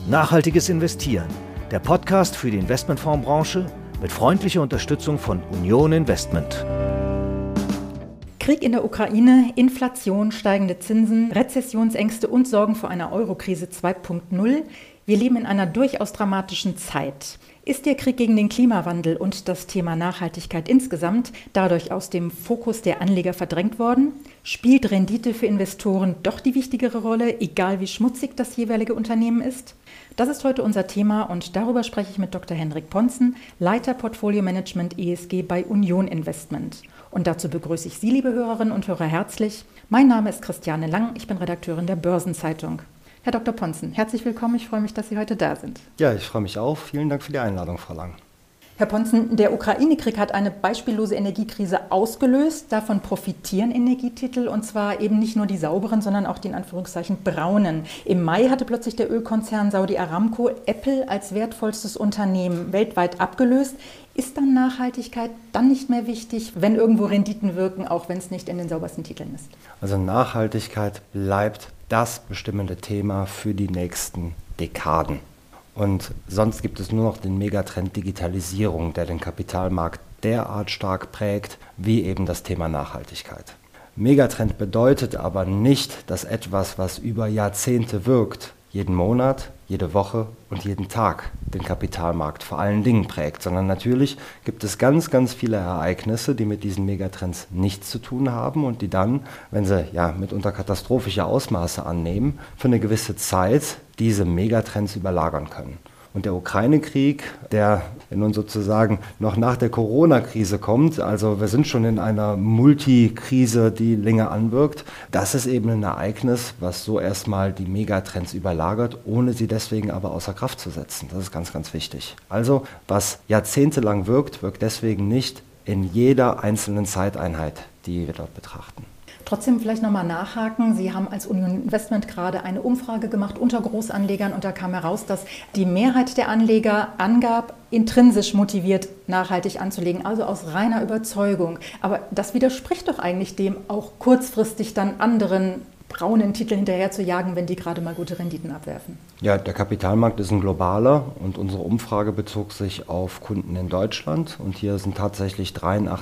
Nachhaltiges Investieren, der Podcast für die Investmentfondsbranche mit freundlicher Unterstützung von Union Investment. Krieg in der Ukraine, Inflation, steigende Zinsen, Rezessionsängste und Sorgen vor einer Eurokrise 2.0. Wir leben in einer durchaus dramatischen Zeit. Ist der Krieg gegen den Klimawandel und das Thema Nachhaltigkeit insgesamt dadurch aus dem Fokus der Anleger verdrängt worden? Spielt Rendite für Investoren doch die wichtigere Rolle, egal wie schmutzig das jeweilige Unternehmen ist? Das ist heute unser Thema und darüber spreche ich mit Dr. Hendrik Pontzen, Leiter Portfolio Management ESG bei Union Investment. Und dazu begrüße ich Sie, liebe Hörerinnen und Hörer, herzlich. Mein Name ist Christiane Lang, ich bin Redakteurin der Börsenzeitung. Herr Dr. Pontzen, herzlich willkommen. Ich freue mich, dass Sie heute da sind. Ja, ich freue mich auch. Vielen Dank für die Einladung, Frau Lang. Herr Pontzen, der Ukraine-Krieg hat eine beispiellose Energiekrise ausgelöst. Davon profitieren Energietitel und zwar eben nicht nur die sauberen, sondern auch die in Anführungszeichen braunen. Im Mai hatte plötzlich der Ölkonzern Saudi Aramco Apple als wertvollstes Unternehmen weltweit abgelöst. Ist dann Nachhaltigkeit dann nicht mehr wichtig, wenn irgendwo Renditen wirken, auch wenn es nicht in den saubersten Titeln ist? Also Nachhaltigkeit bleibt das bestimmende Thema für die nächsten Dekaden. Und sonst gibt es nur noch den Megatrend Digitalisierung, der den Kapitalmarkt derart stark prägt, wie eben das Thema Nachhaltigkeit. Megatrend bedeutet aber nicht, dass etwas, was über Jahrzehnte wirkt, jeden Monat, jede Woche und jeden Tag den Kapitalmarkt vor allen Dingen prägt, sondern natürlich gibt es ganz, ganz viele Ereignisse, die mit diesen Megatrends nichts zu tun haben und die dann, wenn sie ja mitunter katastrophische Ausmaße annehmen, für eine gewisse Zeit diese Megatrends überlagern können. Und der Ukraine-Krieg, der nun sozusagen noch nach der Corona-Krise kommt, also wir sind schon in einer Multikrise, die länger anwirkt, das ist eben ein Ereignis, was so erstmal die Megatrends überlagert, ohne sie deswegen aber außer Kraft zu setzen. Das ist ganz, ganz wichtig. Also was jahrzehntelang wirkt, wirkt deswegen nicht in jeder einzelnen Zeiteinheit, die wir dort betrachten. Trotzdem vielleicht nochmal nachhaken. Sie haben als Union Investment gerade eine Umfrage gemacht unter Großanlegern und da kam heraus, dass die Mehrheit der Anleger angab, intrinsisch motiviert nachhaltig anzulegen, also aus reiner Überzeugung. Aber das widerspricht doch eigentlich dem, auch kurzfristig dann anderen braunen Titel hinterher zu jagen, wenn die gerade mal gute Renditen abwerfen. Ja, der Kapitalmarkt ist ein globaler und unsere Umfrage bezog sich auf Kunden in Deutschland und hier sind tatsächlich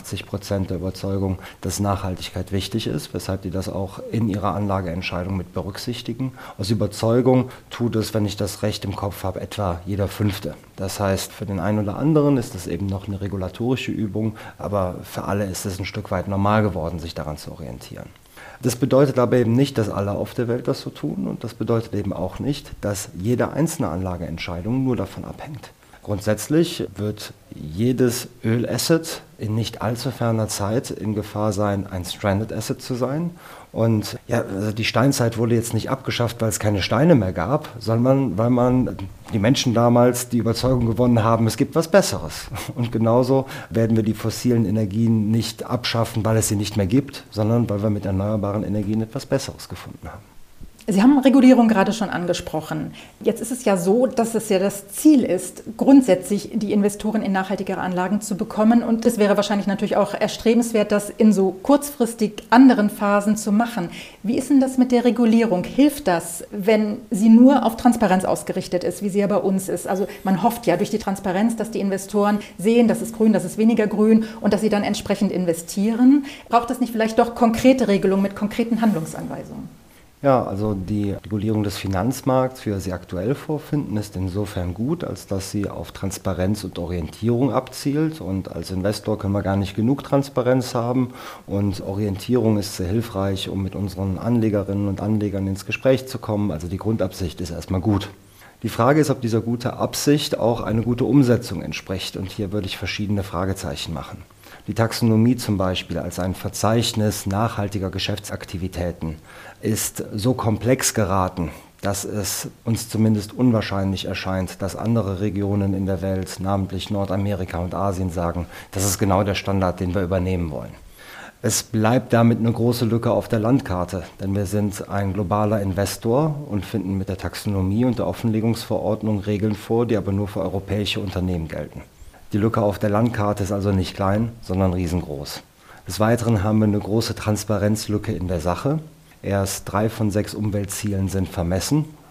83% der Überzeugung, dass Nachhaltigkeit wichtig ist, weshalb die das auch in ihrer Anlageentscheidung mit berücksichtigen. Aus Überzeugung tut es, wenn ich das recht im Kopf habe, etwa jeder Fünfte. Das heißt, für den einen oder anderen ist das eben noch eine regulatorische Übung, aber für alle ist es ein Stück weit normal geworden, sich daran zu orientieren. Das bedeutet aber eben nicht, dass alle auf der Welt das so tun und das bedeutet eben auch nicht, dass jede einzelne Anlageentscheidung nur davon abhängt. Grundsätzlich wird jedes Ölasset in nicht allzu ferner Zeit in Gefahr sein, ein Stranded Asset zu sein. Und ja, also die Steinzeit wurde jetzt nicht abgeschafft, weil es keine Steine mehr gab, sondern weil die Menschen damals die Überzeugung gewonnen haben, es gibt was Besseres. Und genauso werden wir die fossilen Energien nicht abschaffen, weil es sie nicht mehr gibt, sondern weil wir mit erneuerbaren Energien etwas Besseres gefunden haben. Sie haben Regulierung gerade schon angesprochen. Jetzt ist es ja so, dass es ja das Ziel ist, grundsätzlich die Investoren in nachhaltigere Anlagen zu bekommen. Und es wäre wahrscheinlich natürlich auch erstrebenswert, das in so kurzfristig anderen Phasen zu machen. Wie ist denn das mit der Regulierung? Hilft das, wenn sie nur auf Transparenz ausgerichtet ist, wie sie ja bei uns ist? Also man hofft ja durch die Transparenz, dass die Investoren sehen, das ist grün, das ist weniger grün und dass sie dann entsprechend investieren. Braucht es nicht vielleicht doch konkrete Regelungen mit konkreten Handlungsanweisungen? Ja, also die Regulierung des Finanzmarkts, wie wir sie aktuell vorfinden, ist insofern gut, als dass sie auf Transparenz und Orientierung abzielt. Und als Investor können wir gar nicht genug Transparenz haben. Und Orientierung ist sehr hilfreich, um mit unseren Anlegerinnen und Anlegern ins Gespräch zu kommen. Also die Grundabsicht ist erstmal gut. Die Frage ist, ob dieser gute Absicht auch eine gute Umsetzung entspricht. Und hier würde ich verschiedene Fragezeichen machen. Die Taxonomie zum Beispiel als ein Verzeichnis nachhaltiger Geschäftsaktivitäten ist so komplex geraten, dass es uns zumindest unwahrscheinlich erscheint, dass andere Regionen in der Welt, namentlich Nordamerika und Asien, sagen, das ist genau der Standard, den wir übernehmen wollen. Es bleibt damit eine große Lücke auf der Landkarte, denn wir sind ein globaler Investor und finden mit der Taxonomie und der Offenlegungsverordnung Regeln vor, die aber nur für europäische Unternehmen gelten. Die Lücke auf der Landkarte ist also nicht klein, sondern riesengroß. Des Weiteren haben wir eine große Transparenzlücke in der Sache. Erst 3 von 6 Umweltzielen sind vermessen.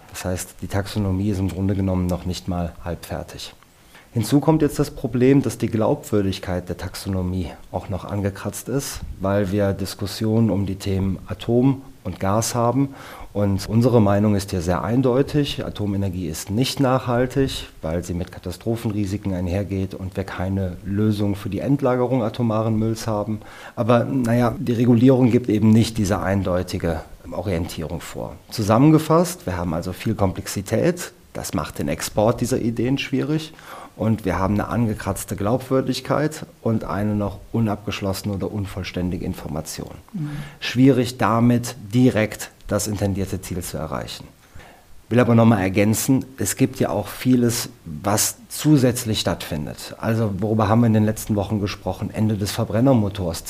Das heißt, die Taxonomie ist im Grunde genommen noch nicht mal halbfertig. Hinzu kommt jetzt das Problem, dass die Glaubwürdigkeit der Taxonomie auch noch angekratzt ist, weil wir Diskussionen um die Themen Atom und Gas haben. Und unsere Meinung ist hier sehr eindeutig. Atomenergie ist nicht nachhaltig, weil sie mit Katastrophenrisiken einhergeht und wir keine Lösung für die Endlagerung atomaren Mülls haben. Aber die Regulierung gibt eben nicht diese eindeutige Orientierung vor. Zusammengefasst, wir haben also viel Komplexität. Das macht den Export dieser Ideen schwierig. Und wir haben eine angekratzte Glaubwürdigkeit und eine noch unabgeschlossene oder unvollständige Information. Schwierig damit direkt das intendierte Ziel zu erreichen. Ich will aber nochmal ergänzen, es gibt ja auch vieles, was zusätzlich stattfindet. Also worüber haben wir in den letzten Wochen gesprochen? Ende des Verbrennermotors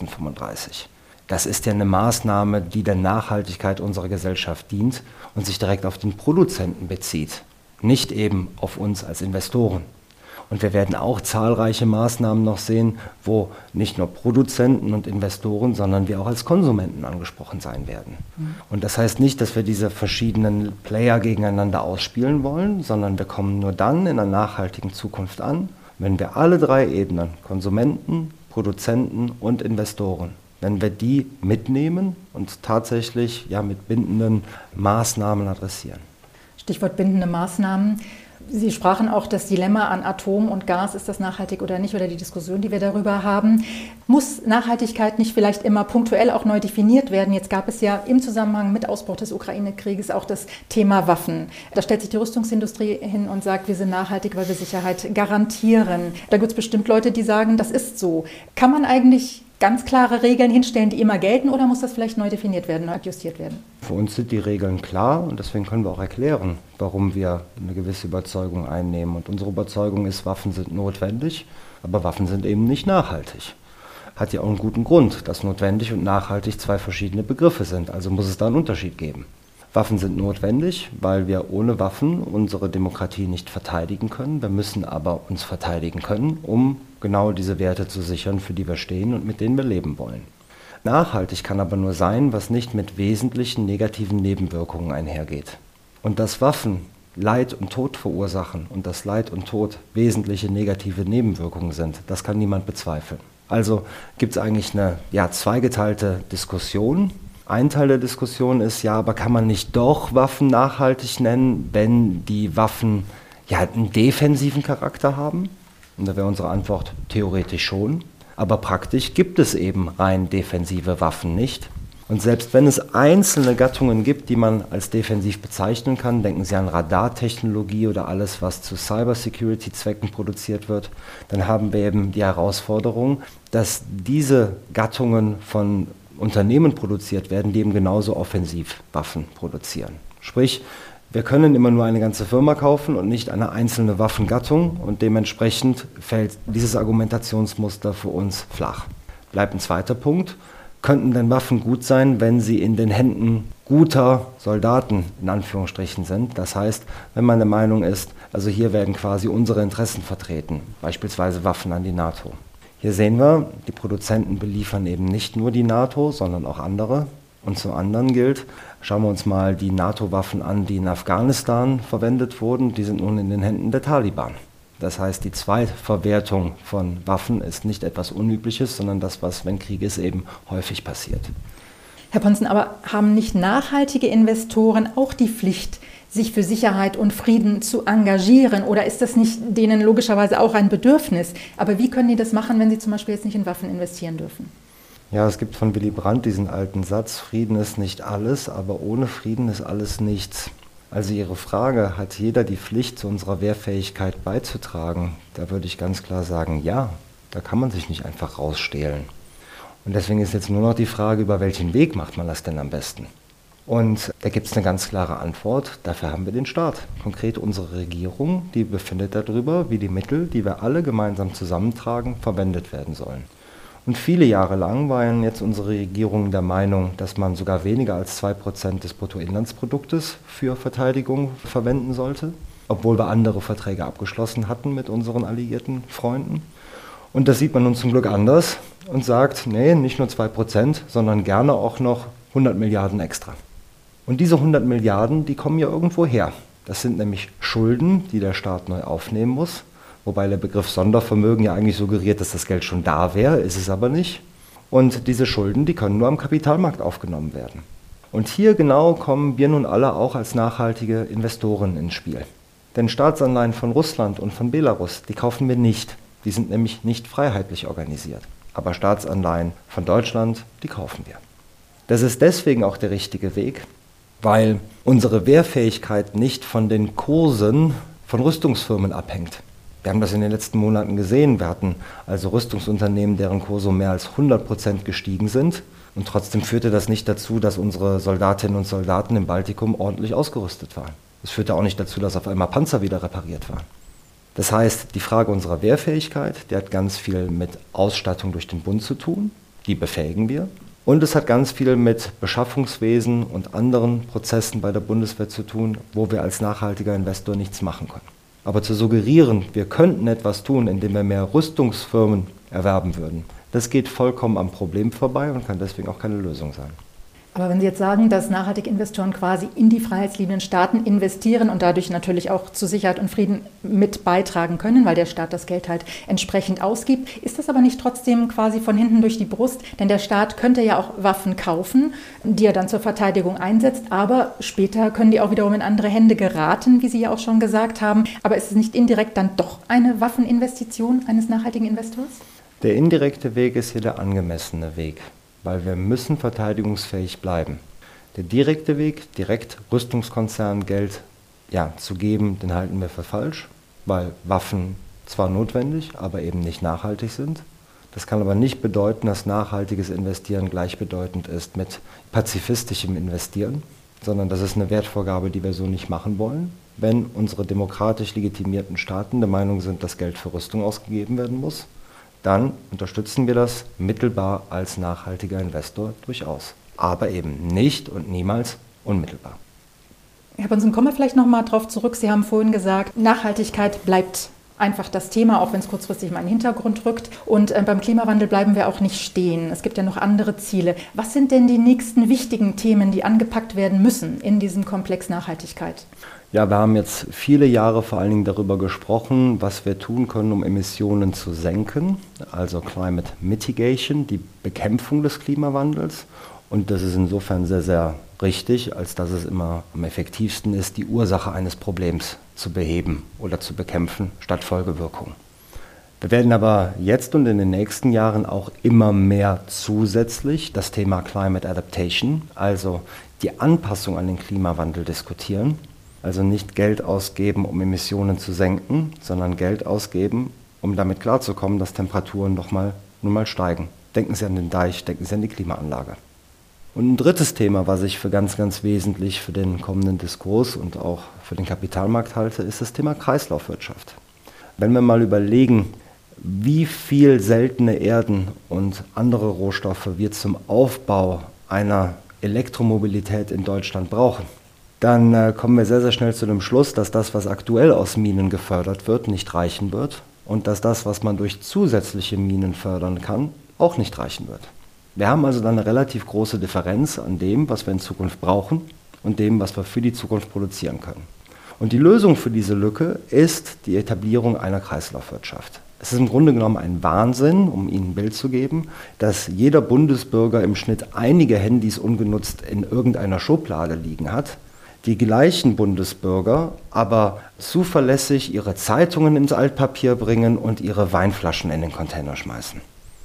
2035. Das ist ja eine Maßnahme, die der Nachhaltigkeit unserer Gesellschaft dient und sich direkt auf den Produzenten bezieht, nicht eben auf uns als Investoren. Und wir werden auch zahlreiche Maßnahmen noch sehen, wo nicht nur Produzenten und Investoren, sondern wir auch als Konsumenten angesprochen sein werden. Und das heißt nicht, dass wir diese verschiedenen Player gegeneinander ausspielen wollen, sondern wir kommen nur dann in einer nachhaltigen Zukunft an, wenn wir alle drei Ebenen, Konsumenten, Produzenten und Investoren, wenn wir die mitnehmen und tatsächlich mit bindenden Maßnahmen adressieren. Stichwort bindende Maßnahmen. Sie sprachen auch das Dilemma an Atom und Gas, ist das nachhaltig oder nicht, oder die Diskussion, die wir darüber haben. Muss Nachhaltigkeit nicht vielleicht immer punktuell auch neu definiert werden? Jetzt gab es ja im Zusammenhang mit Ausbruch des Ukraine-Krieges auch das Thema Waffen. Da stellt sich die Rüstungsindustrie hin und sagt, wir sind nachhaltig, weil wir Sicherheit garantieren. Da gibt es bestimmt Leute, die sagen, das ist so. Kann man eigentlich ganz klare Regeln hinstellen, die immer gelten, oder muss das vielleicht neu definiert werden, neu adjustiert werden? Für uns sind die Regeln klar und deswegen können wir auch erklären, warum wir eine gewisse Überzeugung einnehmen. Und unsere Überzeugung ist, Waffen sind notwendig, aber Waffen sind eben nicht nachhaltig. Hat ja auch einen guten Grund, dass notwendig und nachhaltig zwei verschiedene Begriffe sind, also muss es da einen Unterschied geben. Waffen sind notwendig, weil wir ohne Waffen unsere Demokratie nicht verteidigen können. Wir müssen aber uns verteidigen können, um genau diese Werte zu sichern, für die wir stehen und mit denen wir leben wollen. Nachhaltig kann aber nur sein, was nicht mit wesentlichen negativen Nebenwirkungen einhergeht. Und dass Waffen Leid und Tod verursachen und dass Leid und Tod wesentliche negative Nebenwirkungen sind, das kann niemand bezweifeln. Also gibt es eigentlich eine zweigeteilte Diskussion. Ein Teil der Diskussion ist, aber kann man nicht doch Waffen nachhaltig nennen, wenn die Waffen einen defensiven Charakter haben? Und da wäre unsere Antwort theoretisch schon. Aber praktisch gibt es eben rein defensive Waffen nicht. Und selbst wenn es einzelne Gattungen gibt, die man als defensiv bezeichnen kann, denken Sie an Radartechnologie oder alles, was zu Cybersecurity-Zwecken produziert wird, dann haben wir eben die Herausforderung, dass diese Gattungen von Unternehmen produziert werden, die eben genauso offensiv Waffen produzieren. Sprich, wir können immer nur eine ganze Firma kaufen und nicht eine einzelne Waffengattung und dementsprechend fällt dieses Argumentationsmuster für uns flach. Bleibt ein zweiter Punkt. Könnten denn Waffen gut sein, wenn sie in den Händen guter Soldaten in Anführungsstrichen sind? Das heißt, wenn man der Meinung ist, also hier werden quasi unsere Interessen vertreten, beispielsweise Waffen an die NATO. Hier sehen wir, die Produzenten beliefern eben nicht nur die NATO, sondern auch andere. Und zum anderen gilt, schauen wir uns mal die NATO-Waffen an, die in Afghanistan verwendet wurden. Die sind nun in den Händen der Taliban. Das heißt, die Zweitverwertung von Waffen ist nicht etwas Unübliches, sondern das, was, wenn Krieg ist, eben häufig passiert. Herr Pontzen, aber haben nicht nachhaltige Investoren auch die Pflicht, sich für Sicherheit und Frieden zu engagieren? Oder ist das nicht denen logischerweise auch ein Bedürfnis? Aber wie können die das machen, wenn sie zum Beispiel jetzt nicht in Waffen investieren dürfen? Ja, es gibt von Willy Brandt diesen alten Satz, Frieden ist nicht alles, aber ohne Frieden ist alles nichts. Also Ihre Frage, hat jeder die Pflicht, zu unserer Wehrfähigkeit beizutragen? Da würde ich ganz klar sagen, ja, da kann man sich nicht einfach rausstehlen. Und deswegen ist jetzt nur noch die Frage, über welchen Weg macht man das denn am besten? Und da gibt es eine ganz klare Antwort, dafür haben wir den Staat. Konkret unsere Regierung, die befindet darüber, wie die Mittel, die wir alle gemeinsam zusammentragen, verwendet werden sollen. Und viele Jahre lang waren jetzt unsere Regierungen der Meinung, dass man sogar weniger als 2% des Bruttoinlandsproduktes für Verteidigung verwenden sollte, obwohl wir andere Verträge abgeschlossen hatten mit unseren alliierten Freunden. Und das sieht man nun zum Glück anders und sagt, nee, nicht nur 2%, sondern gerne auch noch 100 Milliarden extra. Und diese 100 Milliarden, die kommen ja irgendwo her. Das sind nämlich Schulden, die der Staat neu aufnehmen muss. Wobei der Begriff Sondervermögen ja eigentlich suggeriert, dass das Geld schon da wäre, ist es aber nicht. Und diese Schulden, die können nur am Kapitalmarkt aufgenommen werden. Und hier genau kommen wir nun alle auch als nachhaltige Investoren ins Spiel. Denn Staatsanleihen von Russland und von Belarus, die kaufen wir nicht. Die sind nämlich nicht freiheitlich organisiert. Aber Staatsanleihen von Deutschland, die kaufen wir. Das ist deswegen auch der richtige Weg, weil unsere Wehrfähigkeit nicht von den Kursen von Rüstungsfirmen abhängt. Wir haben das in den letzten Monaten gesehen. Wir hatten also Rüstungsunternehmen, deren Kurse um mehr als 100% gestiegen sind. Und trotzdem führte das nicht dazu, dass unsere Soldatinnen und Soldaten im Baltikum ordentlich ausgerüstet waren. Es führte auch nicht dazu, dass auf einmal Panzer wieder repariert waren. Das heißt, die Frage unserer Wehrfähigkeit, die hat ganz viel mit Ausstattung durch den Bund zu tun. Die befähigen wir. Und es hat ganz viel mit Beschaffungswesen und anderen Prozessen bei der Bundeswehr zu tun, wo wir als nachhaltiger Investor nichts machen können. Aber zu suggerieren, wir könnten etwas tun, indem wir mehr Rüstungsfirmen erwerben würden, das geht vollkommen am Problem vorbei und kann deswegen auch keine Lösung sein. Aber wenn Sie jetzt sagen, dass nachhaltige Investoren quasi in die freiheitsliebenden Staaten investieren und dadurch natürlich auch zu Sicherheit und Frieden mit beitragen können, weil der Staat das Geld halt entsprechend ausgibt, ist das aber nicht trotzdem quasi von hinten durch die Brust? Denn der Staat könnte ja auch Waffen kaufen, die er dann zur Verteidigung einsetzt, aber später können die auch wiederum in andere Hände geraten, wie Sie ja auch schon gesagt haben. Aber ist es nicht indirekt dann doch eine Waffeninvestition eines nachhaltigen Investors? Der indirekte Weg ist hier der angemessene Weg. Weil wir müssen verteidigungsfähig bleiben. Der direkte Weg, direkt Rüstungskonzernen Geld zu geben, den halten wir für falsch, weil Waffen zwar notwendig, aber eben nicht nachhaltig sind. Das kann aber nicht bedeuten, dass nachhaltiges Investieren gleichbedeutend ist mit pazifistischem Investieren, sondern das ist eine Wertvorgabe, die wir so nicht machen wollen. Wenn unsere demokratisch legitimierten Staaten der Meinung sind, dass Geld für Rüstung ausgegeben werden muss, dann unterstützen wir das mittelbar als nachhaltiger Investor durchaus. Aber eben nicht und niemals unmittelbar. Herr Ponsen, kommen wir vielleicht nochmal darauf zurück. Sie haben vorhin gesagt, Nachhaltigkeit bleibt einfach das Thema, auch wenn es kurzfristig mal in den Hintergrund rückt. Und beim Klimawandel bleiben wir auch nicht stehen. Es gibt ja noch andere Ziele. Was sind denn die nächsten wichtigen Themen, die angepackt werden müssen in diesem Komplex Nachhaltigkeit? Ja, wir haben jetzt viele Jahre vor allen Dingen darüber gesprochen, was wir tun können, um Emissionen zu senken, also Climate Mitigation, die Bekämpfung des Klimawandels. Und das ist insofern sehr, sehr richtig, als dass es immer am effektivsten ist, die Ursache eines Problems zu beheben oder zu bekämpfen, statt Folgewirkung. Wir werden aber jetzt und in den nächsten Jahren auch immer mehr zusätzlich das Thema Climate Adaptation, also die Anpassung an den Klimawandel diskutieren. Also nicht Geld ausgeben, um Emissionen zu senken, sondern Geld ausgeben, um damit klarzukommen, dass Temperaturen nun mal steigen. Denken Sie an den Deich, denken Sie an die Klimaanlage. Und ein drittes Thema, was ich für ganz, ganz wesentlich für den kommenden Diskurs und auch für den Kapitalmarkt halte, ist das Thema Kreislaufwirtschaft. Wenn wir mal überlegen, wie viel seltene Erden und andere Rohstoffe wir zum Aufbau einer Elektromobilität in Deutschland brauchen, dann kommen wir sehr, sehr schnell zu dem Schluss, dass das, was aktuell aus Minen gefördert wird, nicht reichen wird und dass das, was man durch zusätzliche Minen fördern kann, auch nicht reichen wird. Wir haben also dann eine relativ große Differenz an dem, was wir in Zukunft brauchen und dem, was wir für die Zukunft produzieren können. Und die Lösung für diese Lücke ist die Etablierung einer Kreislaufwirtschaft. Es ist im Grunde genommen ein Wahnsinn, um Ihnen ein Bild zu geben, dass jeder Bundesbürger im Schnitt einige Handys ungenutzt in irgendeiner Schublade liegen hat. Die gleichen Bundesbürger aber zuverlässig ihre Zeitungen ins Altpapier bringen und ihre Weinflaschen in den Container schmeißen.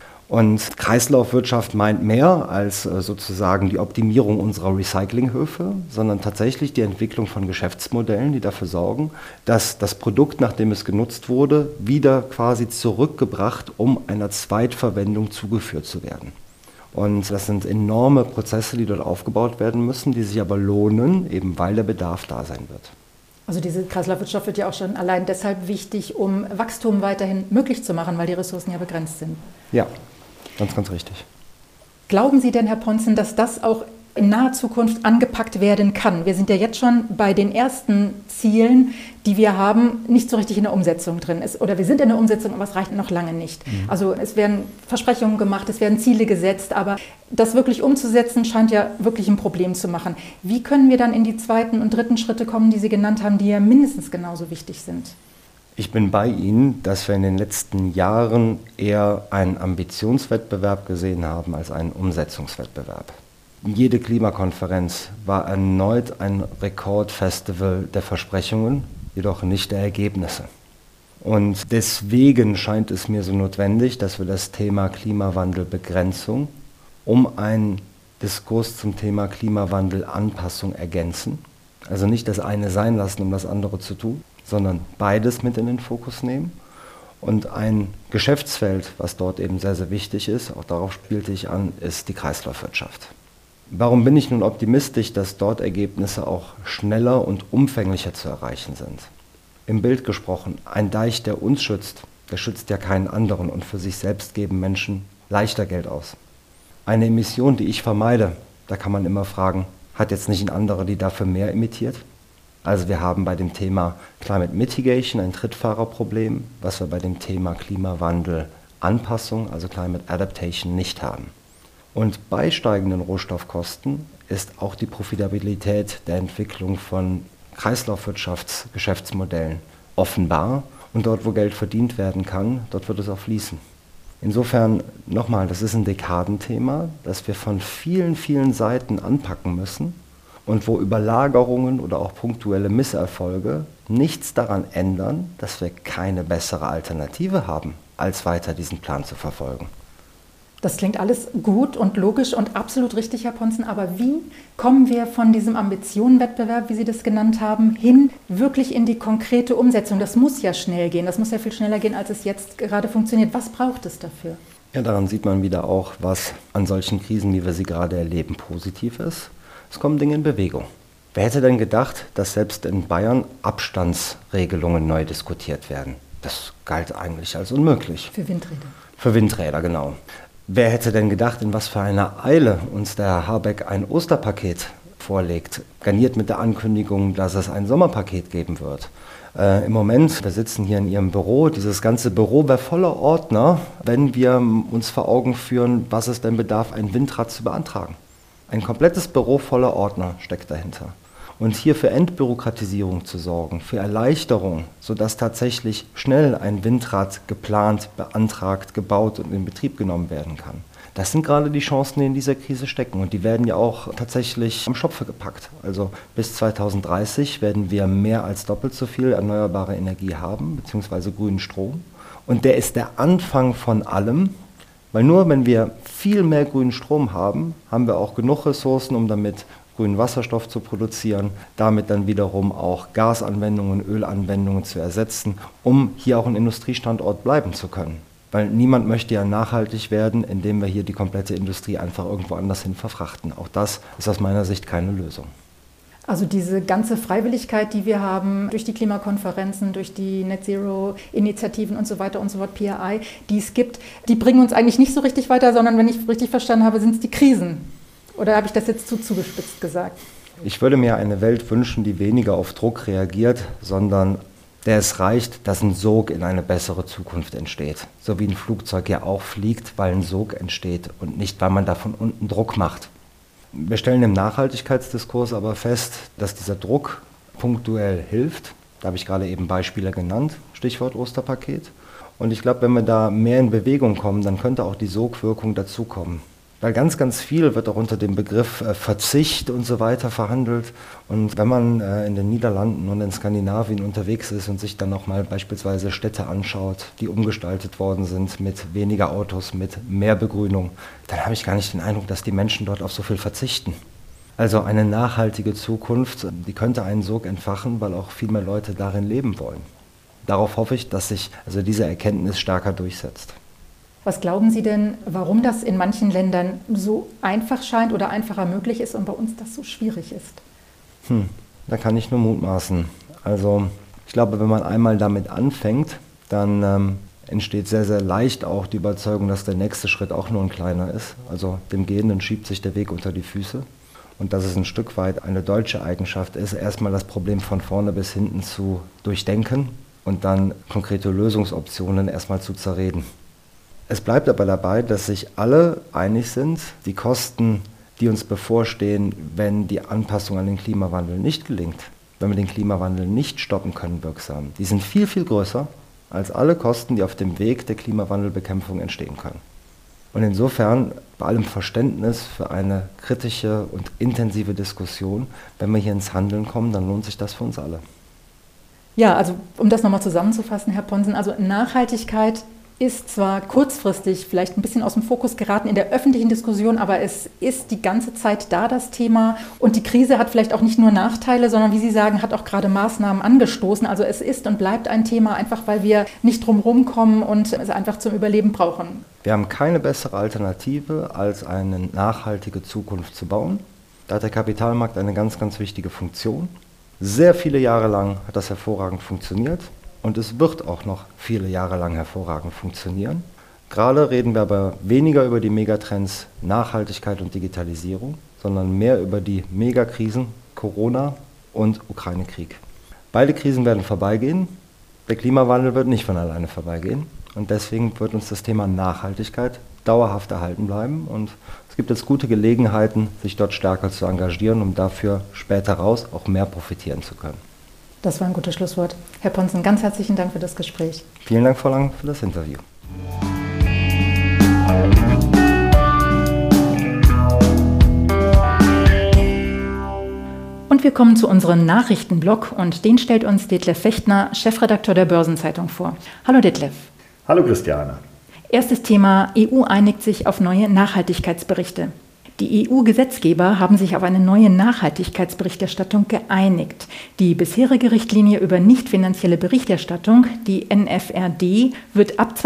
Und Kreislaufwirtschaft meint mehr als sozusagen die Optimierung unserer Recyclinghöfe, sondern tatsächlich die Entwicklung von Geschäftsmodellen, die dafür sorgen, dass das Produkt, nachdem es genutzt wurde, wieder quasi zurückgebracht, um einer Zweitverwendung zugeführt zu werden. Und das sind enorme Prozesse, die dort aufgebaut werden müssen, die sich aber lohnen, eben weil der Bedarf da sein wird. Also diese Kreislaufwirtschaft wird ja auch schon allein deshalb wichtig, um Wachstum weiterhin möglich zu machen, weil die Ressourcen ja begrenzt sind. Ja, ganz, ganz richtig. Glauben Sie denn, Herr Ponsen, dass das auch in naher Zukunft angepackt werden kann? Wir sind ja jetzt schon bei den ersten Zielen, die wir haben, nicht so richtig in der Umsetzung drin ist. Oder wir sind in der Umsetzung, aber es reicht noch lange nicht. Also es werden Versprechungen gemacht, es werden Ziele gesetzt, aber das wirklich umzusetzen, scheint ja wirklich ein Problem zu machen. Wie können wir dann in die zweiten und dritten Schritte kommen, die Sie genannt haben, die ja mindestens genauso wichtig sind? Ich bin bei Ihnen, dass wir in den letzten Jahren eher einen Ambitionswettbewerb gesehen haben als einen Umsetzungswettbewerb. Jede Klimakonferenz war erneut ein Rekordfestival der Versprechungen, jedoch nicht der Ergebnisse. Und deswegen scheint es mir so notwendig, dass wir das Thema Klimawandelbegrenzung um einen Diskurs zum Thema Klimawandelanpassung ergänzen. Also nicht das eine sein lassen, um das andere zu tun, sondern beides mit in den Fokus nehmen. Und ein Geschäftsfeld, was dort eben sehr, sehr wichtig ist, auch darauf spielte ich an, ist die Kreislaufwirtschaft. Warum bin ich nun optimistisch, dass dort Ergebnisse auch schneller und umfänglicher zu erreichen sind? Im Bild gesprochen, ein Deich, der uns schützt, der schützt ja keinen anderen und für sich selbst geben Menschen leichter Geld aus. Eine Emission, die ich vermeide, da kann man immer fragen, hat jetzt nicht ein anderer, die dafür mehr emittiert? Also wir haben bei dem Thema Climate Mitigation ein Trittfahrerproblem, was wir bei dem Thema Klimawandelanpassung, also Climate Adaptation, nicht haben. Und bei steigenden Rohstoffkosten ist auch die Profitabilität der Entwicklung von Kreislaufwirtschaftsgeschäftsmodellen offenbar. Und dort, wo Geld verdient werden kann, dort wird es auch fließen. Insofern, nochmal, das ist ein Dekadenthema, das wir von vielen, vielen Seiten anpacken müssen und wo Überlagerungen oder auch punktuelle Misserfolge nichts daran ändern, dass wir keine bessere Alternative haben, als weiter diesen Plan zu verfolgen. Das klingt alles gut und logisch und absolut richtig, Herr Pontzen, aber wie kommen wir von diesem Ambitionenwettbewerb, wie Sie das genannt haben, hin wirklich in die konkrete Umsetzung? Das muss ja schnell gehen, das muss ja viel schneller gehen, als es jetzt gerade funktioniert. Was braucht es dafür? Ja, daran sieht man wieder auch, was an solchen Krisen, wie wir sie gerade erleben, positiv ist. Es kommen Dinge in Bewegung. Wer hätte denn gedacht, dass selbst in Bayern Abstandsregelungen neu diskutiert werden? Das galt eigentlich als unmöglich. Für Windräder. Für Windräder, genau. Wer hätte denn gedacht, in was für einer Eile uns der Herr Habeck ein Osterpaket vorlegt, garniert mit der Ankündigung, dass es ein Sommerpaket geben wird. Im Moment, wir sitzen hier in Ihrem Büro, dieses ganze Büro wäre voller Ordner, wenn wir uns vor Augen führen, was es denn bedarf, ein Windrad zu beantragen. Ein komplettes Büro voller Ordner steckt dahinter. Und hier für Entbürokratisierung zu sorgen, für Erleichterung, sodass tatsächlich schnell ein Windrad geplant, beantragt, gebaut und in Betrieb genommen werden kann. Das sind gerade die Chancen, die in dieser Krise stecken. Und die werden ja auch tatsächlich am Schopfe gepackt. Also bis 2030 werden wir mehr als doppelt so viel erneuerbare Energie haben, beziehungsweise grünen Strom. Und der ist der Anfang von allem. Weil nur wenn wir viel mehr grünen Strom haben, haben wir auch genug Ressourcen, um damit grünen Wasserstoff zu produzieren, damit dann wiederum auch Gasanwendungen, Ölanwendungen zu ersetzen, um hier auch ein Industriestandort bleiben zu können. Weil niemand möchte ja nachhaltig werden, indem wir hier die komplette Industrie einfach irgendwo anders hin verfrachten. Auch das ist aus meiner Sicht keine Lösung. Also diese ganze Freiwilligkeit, die wir haben durch die Klimakonferenzen, durch die Net-Zero-Initiativen und so weiter und so fort, PRI, die es gibt, die bringen uns eigentlich nicht so richtig weiter, sondern wenn ich richtig verstanden habe, sind es die Krisen. Oder habe ich das jetzt zu zugespitzt gesagt? Ich würde mir eine Welt wünschen, die weniger auf Druck reagiert, sondern der es reicht, dass ein Sog in eine bessere Zukunft entsteht. So wie ein Flugzeug ja auch fliegt, weil ein Sog entsteht und nicht, weil man da von unten Druck macht. Wir stellen im Nachhaltigkeitsdiskurs aber fest, dass dieser Druck punktuell hilft. Da habe ich gerade eben Beispiele genannt, Stichwort Osterpaket. Und ich glaube, wenn wir da mehr in Bewegung kommen, dann könnte auch die Sogwirkung dazukommen. Weil ganz, ganz viel wird auch unter dem Begriff Verzicht und so weiter verhandelt. Und wenn man in den Niederlanden und in Skandinavien unterwegs ist und sich dann nochmal beispielsweise Städte anschaut, die umgestaltet worden sind mit weniger Autos, mit mehr Begrünung, dann habe ich gar nicht den Eindruck, dass die Menschen dort auf so viel verzichten. Also eine nachhaltige Zukunft, die könnte einen Sog entfachen, weil auch viel mehr Leute darin leben wollen. Darauf hoffe ich, dass sich also diese Erkenntnis stärker durchsetzt. Was glauben Sie denn, warum das in manchen Ländern so einfach scheint oder einfacher möglich ist und bei uns das so schwierig ist? Da kann ich nur mutmaßen. Also ich glaube, wenn man einmal damit anfängt, dann entsteht sehr, sehr leicht auch die Überzeugung, dass der nächste Schritt auch nur ein kleiner ist. Also dem Gehenden schiebt sich der Weg unter die Füße. und dass es ein Stück weit eine deutsche Eigenschaft ist, erstmal das Problem von vorne bis hinten zu durchdenken und dann konkrete Lösungsoptionen erstmal zu zerreden. Es bleibt aber dabei, dass sich alle einig sind, die Kosten, die uns bevorstehen, wenn die Anpassung an den Klimawandel nicht gelingt, wenn wir den Klimawandel nicht stoppen können wirksam, die sind viel, viel größer als alle Kosten, die auf dem Weg der Klimawandelbekämpfung entstehen können. Und insofern, bei allem Verständnis für eine kritische und intensive Diskussion, wenn wir hier ins Handeln kommen, dann lohnt sich das für uns alle. Ja, also um das nochmal zusammenzufassen, Herr Ponsen, also Nachhaltigkeit ist zwar kurzfristig vielleicht ein bisschen aus dem Fokus geraten in der öffentlichen Diskussion, aber es ist die ganze Zeit da, das Thema. Und die Krise hat vielleicht auch nicht nur Nachteile, sondern wie Sie sagen, hat auch gerade Maßnahmen angestoßen. Also es ist und bleibt ein Thema, einfach weil wir nicht drum rumkommen und es einfach zum Überleben brauchen. Wir haben keine bessere Alternative, als eine nachhaltige Zukunft zu bauen. Da hat der Kapitalmarkt eine ganz, ganz wichtige Funktion. Sehr viele Jahre lang hat das hervorragend funktioniert. Und es wird auch noch viele Jahre lang hervorragend funktionieren. Gerade reden wir aber weniger über die Megatrends Nachhaltigkeit und Digitalisierung, sondern mehr über die Megakrisen Corona und Ukraine-Krieg. Beide Krisen werden vorbeigehen. Der Klimawandel wird nicht von alleine vorbeigehen. Und deswegen wird uns das Thema Nachhaltigkeit dauerhaft erhalten bleiben. Und es gibt jetzt gute Gelegenheiten, sich dort stärker zu engagieren, um dafür später raus auch mehr profitieren zu können. Das war ein gutes Schlusswort. Herr Ponsen, ganz herzlichen Dank für das Gespräch. Vielen Dank, Frau Lang, für das Interview. Und wir kommen zu unserem Nachrichtenblock und den stellt uns Detlef Fechtner, Chefredakteur der Börsenzeitung, vor. Hallo Detlef. Hallo Christiane. Erstes Thema: EU einigt sich auf neue Nachhaltigkeitsberichte. Die EU-Gesetzgeber haben sich auf eine neue Nachhaltigkeitsberichterstattung geeinigt. Die bisherige Richtlinie über nicht finanzielle Berichterstattung, die NFRD, wird ab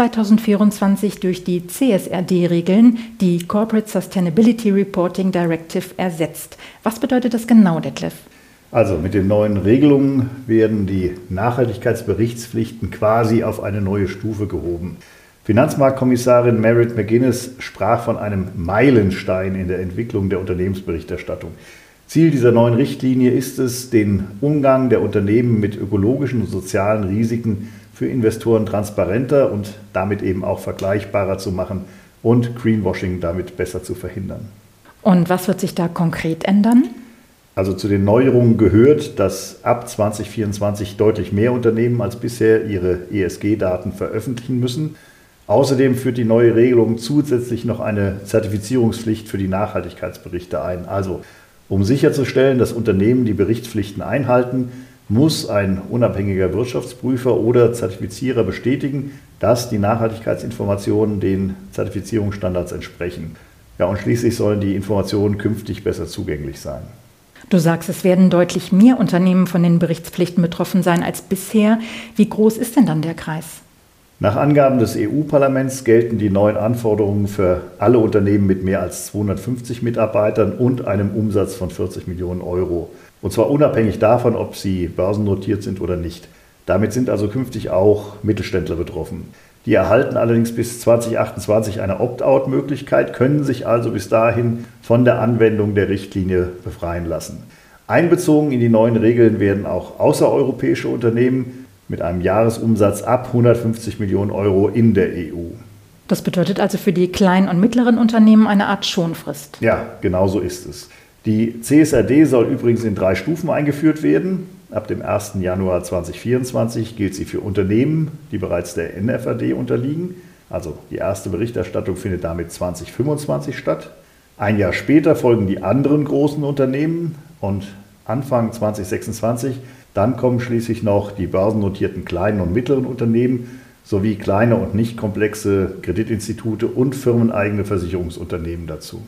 2024 durch die CSRD-Regeln, die Corporate Sustainability Reporting Directive, ersetzt. Was bedeutet das genau, Detlef? Also mit den neuen Regelungen werden die Nachhaltigkeitsberichtspflichten quasi auf eine neue Stufe gehoben. Finanzmarktkommissarin Merit McGuinness sprach von einem Meilenstein in der Entwicklung der Unternehmensberichterstattung. Ziel dieser neuen Richtlinie ist es, den Umgang der Unternehmen mit ökologischen und sozialen Risiken für Investoren transparenter und damit eben auch vergleichbarer zu machen und Greenwashing damit besser zu verhindern. Und was wird sich da konkret ändern? Also zu den Neuerungen gehört, dass ab 2024 deutlich mehr Unternehmen als bisher ihre ESG-Daten veröffentlichen müssen. Außerdem führt die neue Regelung zusätzlich noch eine Zertifizierungspflicht für die Nachhaltigkeitsberichte ein. Also, um sicherzustellen, dass Unternehmen die Berichtspflichten einhalten, muss ein unabhängiger Wirtschaftsprüfer oder Zertifizierer bestätigen, dass die Nachhaltigkeitsinformationen den Zertifizierungsstandards entsprechen. Ja, und schließlich sollen die Informationen künftig besser zugänglich sein. Du sagst, es werden deutlich mehr Unternehmen von den Berichtspflichten betroffen sein als bisher. Wie groß ist denn dann der Kreis? Nach Angaben des EU-Parlaments gelten die neuen Anforderungen für alle Unternehmen mit mehr als 250 Mitarbeitern und einem Umsatz von 40 Millionen Euro. Und zwar unabhängig davon, ob sie börsennotiert sind oder nicht. Damit sind also künftig auch Mittelständler betroffen. Die erhalten allerdings bis 2028 eine Opt-out-Möglichkeit, können sich also bis dahin von der Anwendung der Richtlinie befreien lassen. Einbezogen in die neuen Regeln werden auch außereuropäische Unternehmen mit einem Jahresumsatz ab 150 Millionen Euro in der EU. Das bedeutet also für die kleinen und mittleren Unternehmen eine Art Schonfrist. Ja, genau so ist es. Die CSRD soll übrigens in 3 Stufen eingeführt werden. Ab dem 1. Januar 2024 gilt sie für Unternehmen, die bereits der NFRD unterliegen. Also die erste Berichterstattung findet damit 2025 statt. Ein Jahr später folgen die anderen großen Unternehmen und Anfang 2026 dann kommen schließlich noch die börsennotierten kleinen und mittleren Unternehmen sowie kleine und nicht komplexe Kreditinstitute und firmeneigene Versicherungsunternehmen dazu.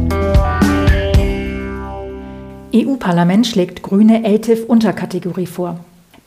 EU-Parlament schlägt grüne LTIF-Unterkategorie vor.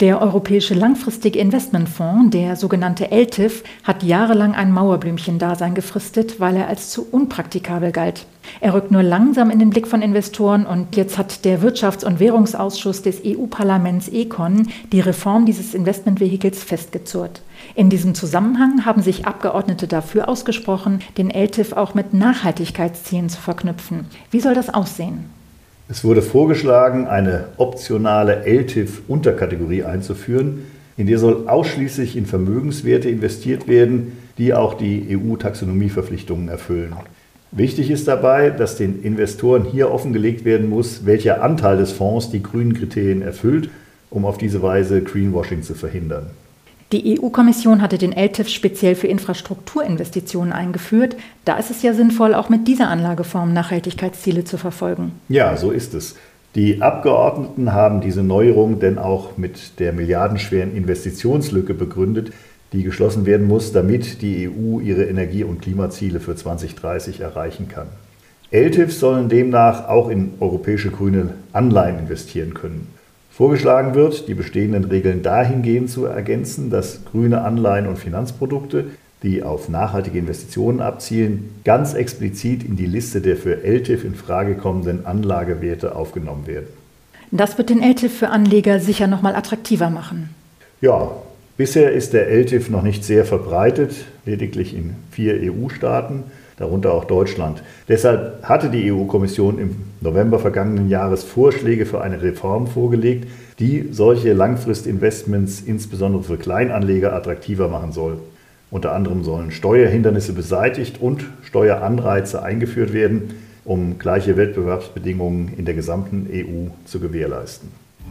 Der Europäische Langfristige Investmentfonds, der sogenannte ELTIF, hat jahrelang ein Mauerblümchen-Dasein gefristet, weil er als zu unpraktikabel galt. Er rückt nur langsam in den Blick von Investoren und jetzt hat der Wirtschafts- und Währungsausschuss des EU-Parlaments ECON die Reform dieses Investmentvehikels festgezurrt. In diesem Zusammenhang haben sich Abgeordnete dafür ausgesprochen, den ELTIF auch mit Nachhaltigkeitszielen zu verknüpfen. Wie soll das aussehen? Es wurde vorgeschlagen, eine optionale ELTIF-Unterkategorie einzuführen, in der soll ausschließlich in Vermögenswerte investiert werden, die auch die EU-Taxonomieverpflichtungen erfüllen. Wichtig ist dabei, dass den Investoren hier offengelegt werden muss, welcher Anteil des Fonds die grünen Kriterien erfüllt, um auf diese Weise Greenwashing zu verhindern. Die EU-Kommission hatte den ELTIF speziell für Infrastrukturinvestitionen eingeführt. Da ist es ja sinnvoll, auch mit dieser Anlageform Nachhaltigkeitsziele zu verfolgen. Ja, so ist es. Die Abgeordneten haben diese Neuerung denn auch mit der milliardenschweren Investitionslücke begründet, die geschlossen werden muss, damit die EU ihre Energie- und Klimaziele für 2030 erreichen kann. ELTIFs sollen demnach auch in europäische grüne Anleihen investieren können. Vorgeschlagen wird, die bestehenden Regeln dahingehend zu ergänzen, dass grüne Anleihen und Finanzprodukte, die auf nachhaltige Investitionen abzielen, ganz explizit in die Liste der für ELTIF in Frage kommenden Anlagewerte aufgenommen werden. Das wird den ELTIF für Anleger sicher noch mal attraktiver machen. Ja, bisher ist der ELTIF noch nicht sehr verbreitet, lediglich in 4 EU-Staaten. Darunter auch Deutschland. Deshalb hatte die EU-Kommission im November vergangenen Jahres Vorschläge für eine Reform vorgelegt, die solche Langfristinvestments insbesondere für Kleinanleger attraktiver machen soll. Unter anderem sollen Steuerhindernisse beseitigt und Steueranreize eingeführt werden, um gleiche Wettbewerbsbedingungen in der gesamten EU zu gewährleisten.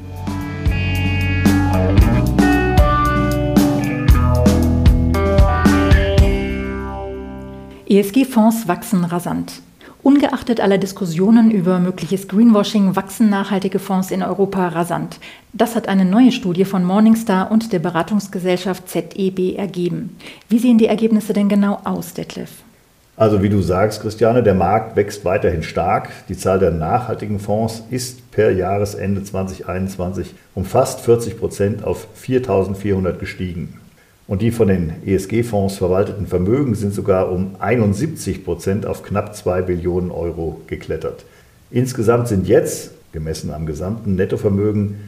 ESG-Fonds wachsen rasant. Ungeachtet aller Diskussionen über mögliches Greenwashing wachsen nachhaltige Fonds in Europa rasant. Das hat eine neue Studie von Morningstar und der Beratungsgesellschaft ZEB ergeben. Wie sehen die Ergebnisse denn genau aus, Detlef? Also wie du sagst, Christiane, der Markt wächst weiterhin stark. Die Zahl der nachhaltigen Fonds ist per Jahresende 2021 um fast 40% auf 4.400 gestiegen. Und die von den ESG-Fonds verwalteten Vermögen sind sogar um 71% auf knapp 2 Billionen Euro geklettert. Insgesamt sind jetzt, gemessen am gesamten Nettovermögen,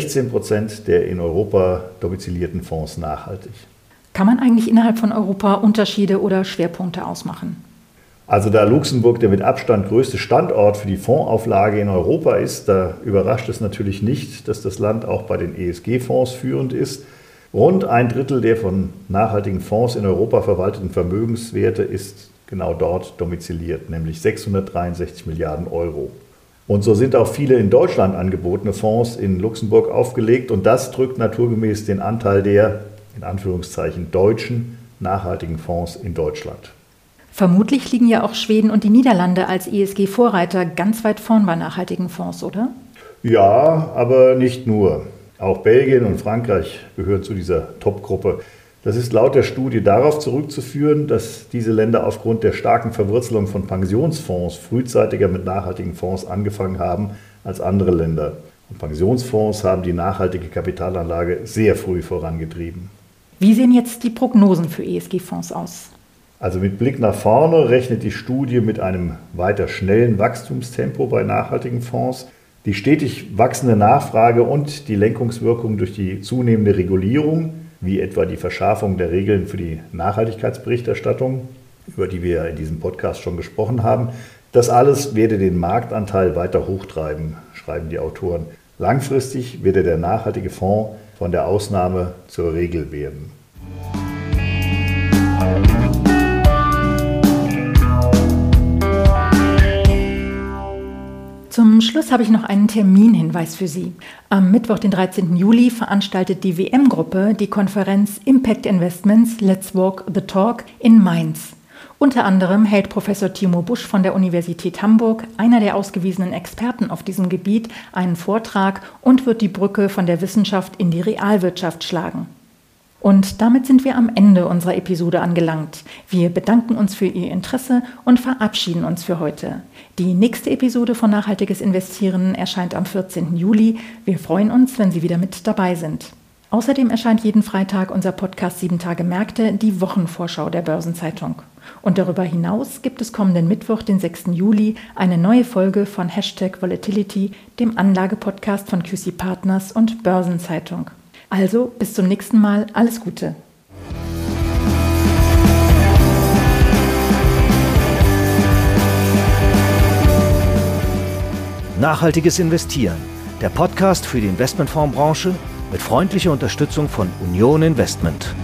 16% der in Europa domizilierten Fonds nachhaltig. Kann man eigentlich innerhalb von Europa Unterschiede oder Schwerpunkte ausmachen? Also da Luxemburg der mit Abstand größte Standort für die Fondsauflage in Europa ist, da überrascht es natürlich nicht, dass das Land auch bei den ESG-Fonds führend ist. Rund ein Drittel der von nachhaltigen Fonds in Europa verwalteten Vermögenswerte ist genau dort domiziliert, nämlich 663 Milliarden Euro. Und so sind auch viele in Deutschland angebotene Fonds in Luxemburg aufgelegt und das drückt naturgemäß den Anteil der, in Anführungszeichen, deutschen nachhaltigen Fonds in Deutschland. Vermutlich liegen ja auch Schweden und die Niederlande als ESG-Vorreiter ganz weit vorn bei nachhaltigen Fonds, oder? Ja, aber nicht nur. Auch Belgien und Frankreich gehören zu dieser Top-Gruppe. Das ist laut der Studie darauf zurückzuführen, dass diese Länder aufgrund der starken Verwurzelung von Pensionsfonds frühzeitiger mit nachhaltigen Fonds angefangen haben als andere Länder. Und Pensionsfonds haben die nachhaltige Kapitalanlage sehr früh vorangetrieben. Wie sehen jetzt die Prognosen für ESG-Fonds aus? Also mit Blick nach vorne rechnet die Studie mit einem weiter schnellen Wachstumstempo bei nachhaltigen Fonds. Die stetig wachsende Nachfrage und die Lenkungswirkung durch die zunehmende Regulierung, wie etwa die Verschärfung der Regeln für die Nachhaltigkeitsberichterstattung, über die wir in diesem Podcast schon gesprochen haben, das alles werde den Marktanteil weiter hochtreiben, schreiben die Autoren. Langfristig werde der nachhaltige Fonds von der Ausnahme zur Regel werden. Zum Schluss habe ich noch einen Terminhinweis für Sie. Am Mittwoch, den 13. Juli, veranstaltet die WM-Gruppe die Konferenz Impact Investments Let's Walk the Talk in Mainz. Unter anderem hält Professor Timo Busch von der Universität Hamburg, einer der ausgewiesenen Experten auf diesem Gebiet, einen Vortrag und wird die Brücke von der Wissenschaft in die Realwirtschaft schlagen. Und damit sind wir am Ende unserer Episode angelangt. Wir bedanken uns für Ihr Interesse und verabschieden uns für heute. Die nächste Episode von Nachhaltiges Investieren erscheint am 14. Juli. Wir freuen uns, wenn Sie wieder mit dabei sind. Außerdem erscheint jeden Freitag unser Podcast 7 Tage Märkte, die Wochenvorschau der Börsenzeitung. Und darüber hinaus gibt es kommenden Mittwoch, den 6. Juli, eine neue Folge von #Volatility, dem Anlagepodcast von QC Partners und Börsenzeitung. Also bis zum nächsten Mal, alles Gute. Nachhaltiges Investieren, der Podcast für die Investmentfondsbranche mit freundlicher Unterstützung von Union Investment.